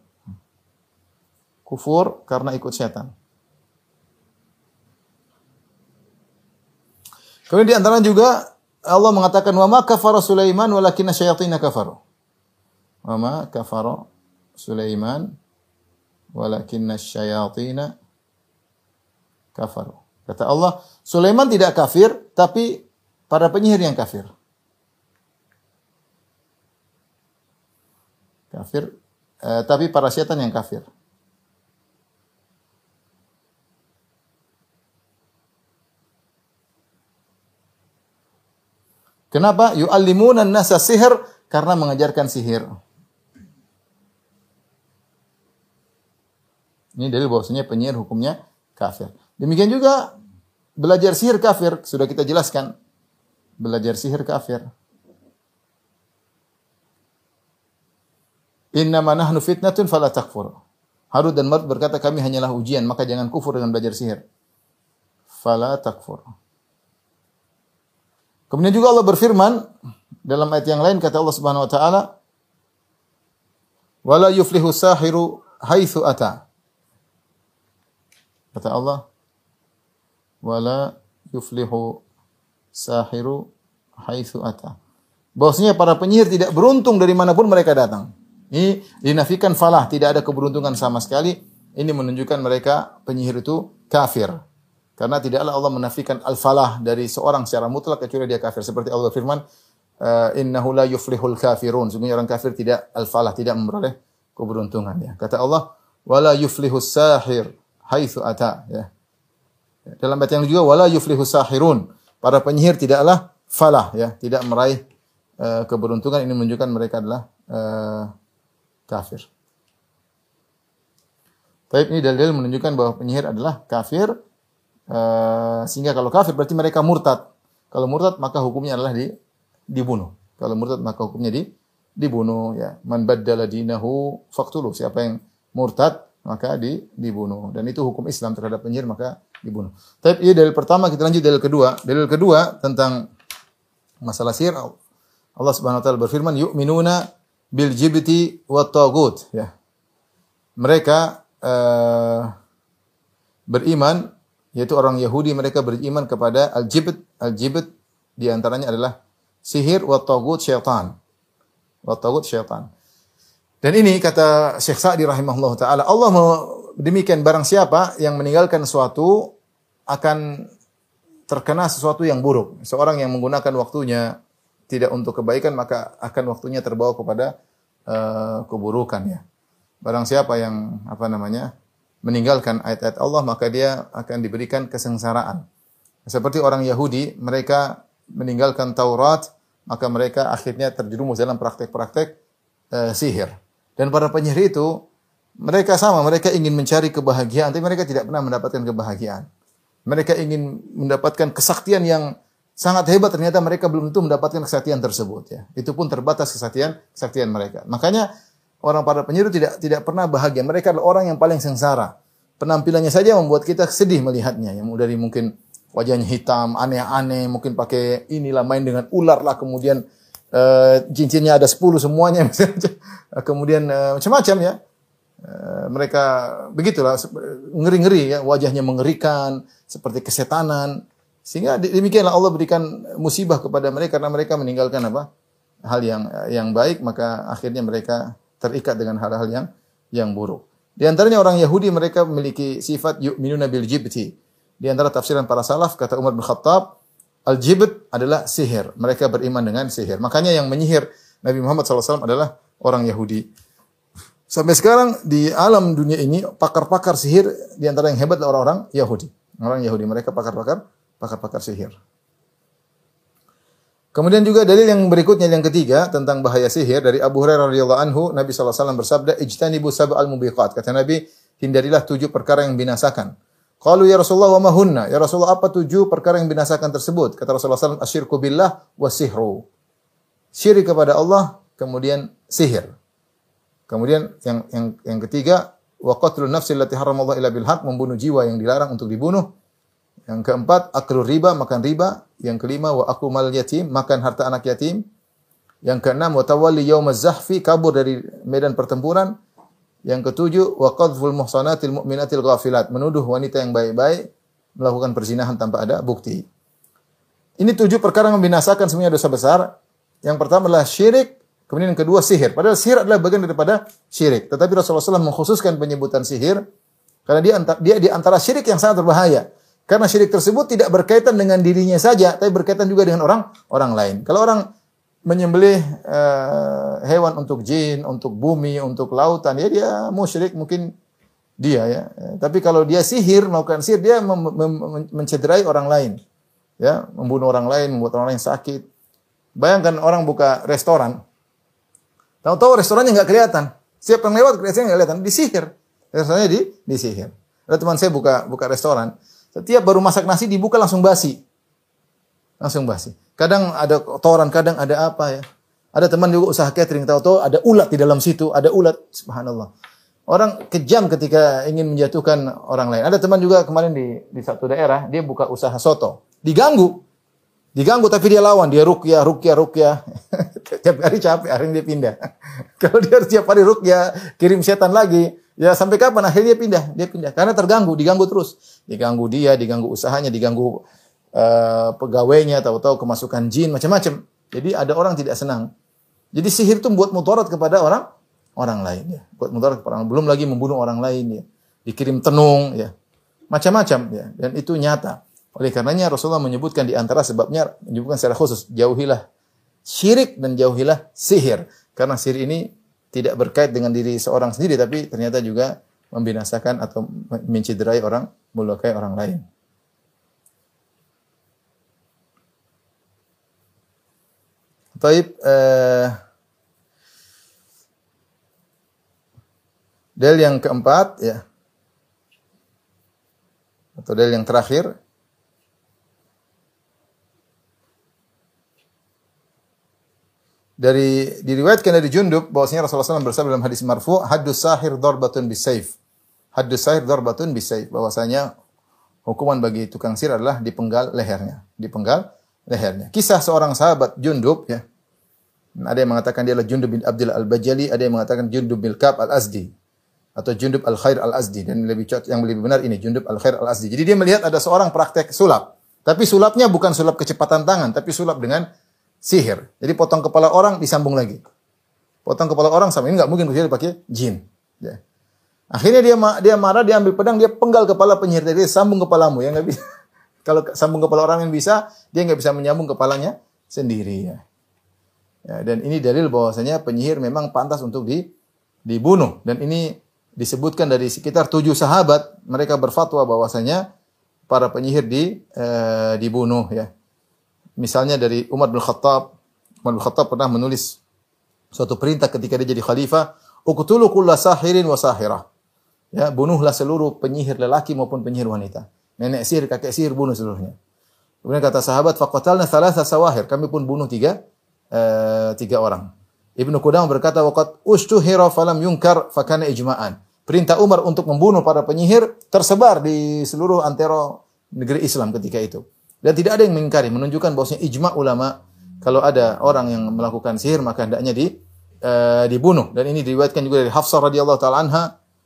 Kufur karena ikut syaitan. Kemudian di antara juga Allah mengatakan wa ma kafara Sulaiman walakinna syayatin kafaru. Wa ma kafara Sulaiman walakinna syayatin kafaru. Kata Allah, Sulaiman tidak kafir tapi para penyihir yang kafir. Kafir, eh, tapi para syaitan yang kafir. Kenapa? Yu'allimuna an-nasa sihir, karena mengajarkan sihir. Ini dalil bahwasanya penyihir hukumnya kafir. Demikian juga belajar sihir kafir, sudah kita jelaskan. Belajar sihir kafir. Innama nahnu fitnatun fala takfur. Harut dan Marut berkata kami hanyalah ujian, maka jangan kufur dengan belajar sihir. Fala takfur. Kemudian juga Allah berfirman dalam ayat yang lain, kata Allah Subhanahu wa taala, "Wala yuflihu sahiru haitsu ata." Kata Allah, "Wala yuflihu sahiru haitsu ata." Bahwasanya para penyihir tidak beruntung dari manapun mereka datang. Ini dinafikan falah, tidak ada keberuntungan sama sekali. Ini menunjukkan mereka penyihir itu kafir. Karena tidaklah Allah menafikan al-falah dari seorang secara mutlak kecuali dia kafir. Seperti Allah firman, innahu la yuflihul kafirun. Sebenarnya orang kafir tidak al-falah, tidak memperoleh keberuntungan. Ya. Kata Allah, wala yuflihus sahir haitsu ata. Ya. Dalam ayat yang juga, wala yuflihus sahirun. Para penyihir tidaklah falah, ya, tidak meraih uh, keberuntungan. Ini menunjukkan mereka adalah uh, kafir. Baik, ini dalil menunjukkan bahwa penyihir adalah kafir. Uh, sehingga kalau kafir berarti mereka murtad. Kalau murtad maka hukumnya adalah di, dibunuh. Kalau murtad maka hukumnya di, dibunuh. Ya. Man baddala dinahu faqtuluh. Siapa yang murtad maka di, dibunuh. Dan itu hukum Islam terhadap penyihir maka dibunuh. Tapi ini dalil pertama, kita lanjut dalil kedua. Dalil kedua tentang masalah sihir. Allah Subhanahu wa taala berfirman, yu'minuna bil jibti wat tagut. Ya. Mereka uh, beriman, yaitu orang Yahudi, mereka beriman kepada al-jibt. Al-jibt diantaranya adalah sihir, wa tagut syaitan. Wa tagut syaitan. Dan ini kata Syekh Sa'di rahimahullah ta'ala, Allah mau demikian, barang siapa yang meninggalkan sesuatu akan terkena sesuatu yang buruk. Seorang yang menggunakan waktunya tidak untuk kebaikan, maka akan waktunya terbawa kepada uh, keburukan. Ya. Barang siapa yang apa namanya meninggalkan ayat-ayat Allah, maka dia akan diberikan kesengsaraan. Seperti orang Yahudi, mereka meninggalkan Taurat, maka mereka akhirnya terjerumus dalam praktek-praktek uh, sihir. Dan para penyihir itu, mereka sama, mereka ingin mencari kebahagiaan, tapi mereka tidak pernah mendapatkan kebahagiaan. Mereka ingin mendapatkan kesaktian yang sangat hebat, ternyata mereka belum tentu mendapatkan kesaktian tersebut. Ya. Itu pun terbatas kesaktian kesaktian mereka. Makanya orang para penyihir tidak tidak pernah bahagia. Mereka adalah orang yang paling sengsara. Penampilannya saja membuat kita sedih melihatnya. Yang dari mungkin wajahnya hitam, aneh-aneh, mungkin pakai inilah, main dengan ular lah, kemudian uh, cincinnya ada sepuluh semuanya, kemudian uh, macam-macam ya. Uh, mereka begitulah, ngeri-ngeri ya, wajahnya mengerikan, seperti kesetanan. Sehingga demikianlah Allah berikan musibah kepada mereka karena mereka meninggalkan apa? Hal yang yang baik, maka akhirnya mereka terikat dengan hal-hal yang yang buruk. Di antaranya orang Yahudi, mereka memiliki sifat yu'minuna bil jibti. Di antara tafsiran para salaf, kata Umar bin Khattab, al-jibt adalah sihir. Mereka beriman dengan sihir. Makanya yang menyihir Nabi Muhammad shallallahu alaihi wasallam adalah orang Yahudi. Sampai sekarang di alam dunia ini pakar-pakar sihir di antara yang hebat adalah orang-orang Yahudi. Orang Yahudi mereka pakar-pakar pakar-pakar sihir. Kemudian juga dalil yang berikutnya yang ketiga tentang bahaya sihir dari Abu Hurairah radhiyallahu anhu, Nabi sallallahu alaihi wasallam bersabda, "Ijtanibu sab'al mubiqat." Kata Nabi, hindarilah tujuh perkara yang binasakan. Qalu ya Rasulullah wa ma hunna? Ya Rasulullah, apa tujuh perkara yang binasakan tersebut? Kata Rasulullah sallallahu alaihi wasallam, asyirku billah wa sihru. Syirik kepada Allah, kemudian sihir. Kemudian yang yang yang ketiga, wa qatlun nafsi allati haramallahu illa bil haq, membunuh jiwa yang dilarang untuk dibunuh. Yang keempat, aklur riba, makan riba. Yang kelima, wa aku mal yatim, makan harta anak yatim. Yang keenam, wa tawalli yaumaz zahfi, kabur dari medan pertempuran. Yang ketujuh, wa qadhful muhsanatil mu'minatil ghafilat, menuduh wanita yang baik-baik melakukan perzinahan tanpa ada bukti. Ini tujuh perkara yang membinasakan semuanya dosa besar. Yang pertama adalah syirik, kemudian yang kedua sihir. Padahal sihir adalah bagian daripada syirik. Tetapi Rasulullah shallallahu alaihi wasallam mengkhususkan penyebutan sihir karena dia dia di antara syirik yang sangat berbahaya. Karena syirik tersebut tidak berkaitan dengan dirinya saja, tapi berkaitan juga dengan orang orang lain. Kalau orang menyembelih uh, hewan untuk jin, untuk bumi, untuk lautan, ya dia musyrik mungkin dia ya. Tapi kalau dia sihir, melakukan sihir, dia mem mem mencederai orang lain. Ya, membunuh orang lain, membuat orang lain sakit. Bayangkan orang buka restoran, tahu-tahu restorannya nggak kelihatan. Siapa yang lewat restorannya nggak kelihatan, disihir. Restorannya di disihir. Ada teman saya buka buka restoran, setiap baru masak nasi dibuka langsung basi. Langsung basi. Kadang ada kotoran, kadang ada apa ya. Ada teman juga usaha catering, tahu-tahu ada ulat di dalam situ, ada ulat, subhanallah. Orang kejam ketika ingin menjatuhkan orang lain. Ada teman juga kemarin di di satu daerah, dia buka usaha soto. Diganggu. Diganggu tapi dia lawan, dia ruqyah, ruqyah, ruqyah. Tiap hari capek, akhirnya dia pindah. Kalau dia harus tiap hari ruqyah, kirim setan lagi, ya sampai kapan akhirnya dia pindah, dia pindah karena terganggu, diganggu terus. Diganggu dia, diganggu usahanya, diganggu uh, pegawainya, tahu-tahu kemasukan jin, macam-macam. Jadi ada orang tidak senang. Jadi sihir itu buat mudarat kepada orang orang lain ya. Buat mudarat kepada orang, belum lagi membunuh orang lain ya. Dikirim tenung ya. Macam-macam ya, dan itu nyata. Oleh karenanya Rasulullah menyebutkan di antara sebabnya, menyebutkan secara khusus, jauhilah syirik dan jauhilah sihir. Karena sihir ini tidak berkait dengan diri seorang sendiri, tapi ternyata juga membinasakan atau mencederai orang, melukai orang lain. Taib, eh, dalil yang keempat, ya, atau dalil yang terakhir, dari diriwayatkan dari Jundub bahwasanya Rasulullah shallallahu alaihi wasallam bersabda dalam hadis marfu, haddus sahir darbatun bisayf. Haddus sahir darbatun bisayf, bahwasanya hukuman bagi tukang sihir adalah dipenggal lehernya, dipenggal lehernya. Kisah seorang sahabat Jundub ya. Ada yang mengatakan dia adalah Jundub bin Abdullah Al-Bajali, ada yang mengatakan Jundub bin Ka'b Al-Azdi atau Jundub Al-Khair Al-Azdi, dan lebih yang lebih benar ini Jundub Al-Khair Al-Azdi. Jadi dia melihat ada seorang praktek sulap. Tapi sulapnya bukan sulap kecepatan tangan, tapi sulap dengan sihir. Jadi potong kepala orang disambung lagi. Potong kepala orang sama ini enggak mungkin dia pakai jin. Ya. Akhirnya dia dia marah, dia ambil pedang, dia penggal kepala penyihir, dia sambung kepalamu ya enggak bisa. Kalau sambung kepala orang yang bisa, dia enggak bisa menyambung kepalanya sendiri ya. Ya, dan ini dalil bahwasanya penyihir memang pantas untuk di, dibunuh, dan ini disebutkan dari sekitar tujuh sahabat, mereka berfatwa bahwasanya para penyihir di eh, dibunuh ya. Misalnya dari Umar bin Khattab, Umar bin Khattab pernah menulis suatu perintah ketika dia jadi khalifah, uqtulu kulla sahirin wa sahirah. Ya, bunuhlah seluruh penyihir lelaki maupun penyihir wanita. Nenek sihir, kakek sihir, bunuh seluruhnya. Kemudian kata sahabat, faqatalna thalatha sawahir, kami pun bunuh tiga uh, tiga orang. Ibnu Qudamah berkata, waqad ushtuhira falam yunkar fakana ijma'an. Perintah Umar untuk membunuh para penyihir tersebar di seluruh antero negeri Islam ketika itu. Dan tidak ada yang mengingkari, menunjukkan bahwasanya ijma' ulama, kalau ada orang yang melakukan sihir maka hendaknya di uh, dibunuh. Dan ini diriwayatkan juga dari Hafsah radhiyallahu taala anha,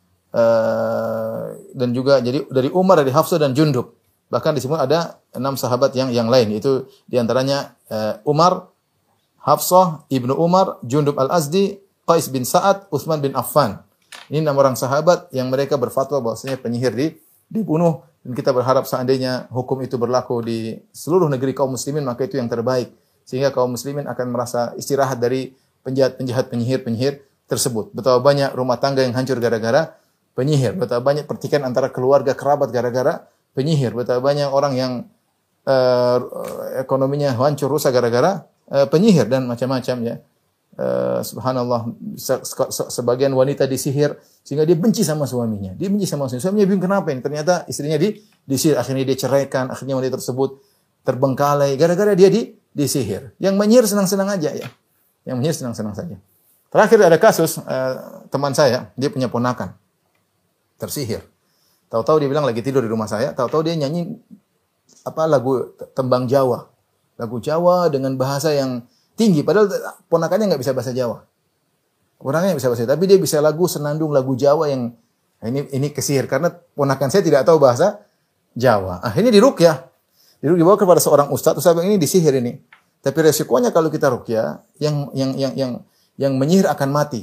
uh, dan juga jadi dari Umar, dari Hafsah dan Jundub. Bahkan disebut ada enam sahabat yang yang lain, itu diantaranya uh, Umar, Hafsah, Ibnu Umar, Jundub Al-Azdi, Qais bin Sa'ad, Utsman bin Affan. Ini enam orang sahabat yang mereka berfatwa bahwasanya penyihir di, dibunuh. Dan kita berharap seandainya hukum itu berlaku di seluruh negeri kaum muslimin, maka itu yang terbaik. Sehingga kaum muslimin akan merasa istirahat dari penjahat-penjahat penyihir-penyihir tersebut. Betapa banyak rumah tangga yang hancur gara-gara penyihir. Betapa banyak pertikaian antara keluarga kerabat gara-gara penyihir. Betapa banyak orang yang uh, ekonominya hancur rusak gara-gara uh, penyihir dan macam-macam ya. Uh, subhanallah, se se sebagian wanita disihir sehingga dia benci sama suaminya. Dia benci sama suaminya. Suaminya bingung kenapa ini? Ternyata istrinya di disihir, akhirnya dia ceraikan, akhirnya wanita tersebut terbengkalai gara-gara dia di disihir. Yang menyihir senang-senang aja ya. Yang menyihir senang-senang saja. Terakhir ada kasus uh, teman saya, dia punya ponakan tersihir. Tahu-tahu dia bilang lagi tidur di rumah saya, tahu-tahu dia nyanyi apa lagu tembang Jawa. Lagu Jawa dengan bahasa yang tinggi, padahal ponakannya nggak bisa bahasa Jawa. Ponakannya nggak bisa bahasa Jawa, tapi dia bisa lagu senandung lagu Jawa yang nah ini ini kesihir karena ponakan saya tidak tahu bahasa Jawa. Akhirnya diruqyah. Diruqyah dibawa kepada seorang ustaz, ustaz ini disihir ini. Tapi resikonya kalau kita ruqyah, yang yang yang yang yang menyihir akan mati.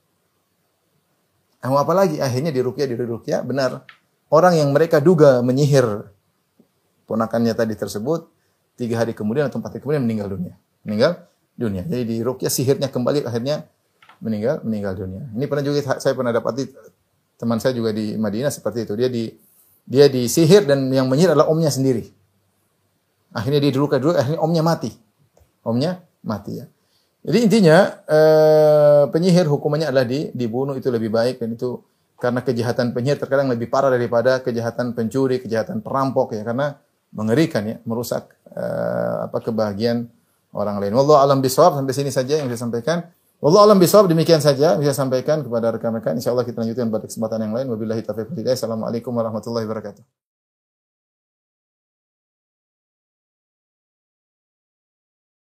Mau apa lagi? Akhirnya diruqyah, diruqyah, benar. Orang yang mereka duga menyihir ponakannya tadi tersebut, tiga hari kemudian atau empat hari kemudian meninggal dunia. Meninggal dunia. Jadi di ruqyah sihirnya kembali, akhirnya meninggal meninggal dunia. Ini pernah juga saya pernah dapati teman saya juga di Madinah seperti itu. Dia di dia disihir dan yang menyihir adalah omnya sendiri. Akhirnya dia diruqyah dulu, akhirnya omnya mati. Omnya mati ya. Jadi intinya eh, penyihir hukumannya adalah di, dibunuh, itu lebih baik, dan itu karena kejahatan penyihir terkadang lebih parah daripada kejahatan pencuri, kejahatan perampok ya, karena mengerikan ya, merusak eh, apa kebahagiaan orang lain. Wallahu a'lam bishawab. Sampai sini saja yang saya sampaikan. Wallahu a'lam bishawab, demikian saja bisa sampaikan kepada rekan-rekan. Insyaallah kita lanjutkan pada kesempatan yang lain. Wabillahi taufiq wal hidayah. Assalamualaikum warahmatullahi wabarakatuh.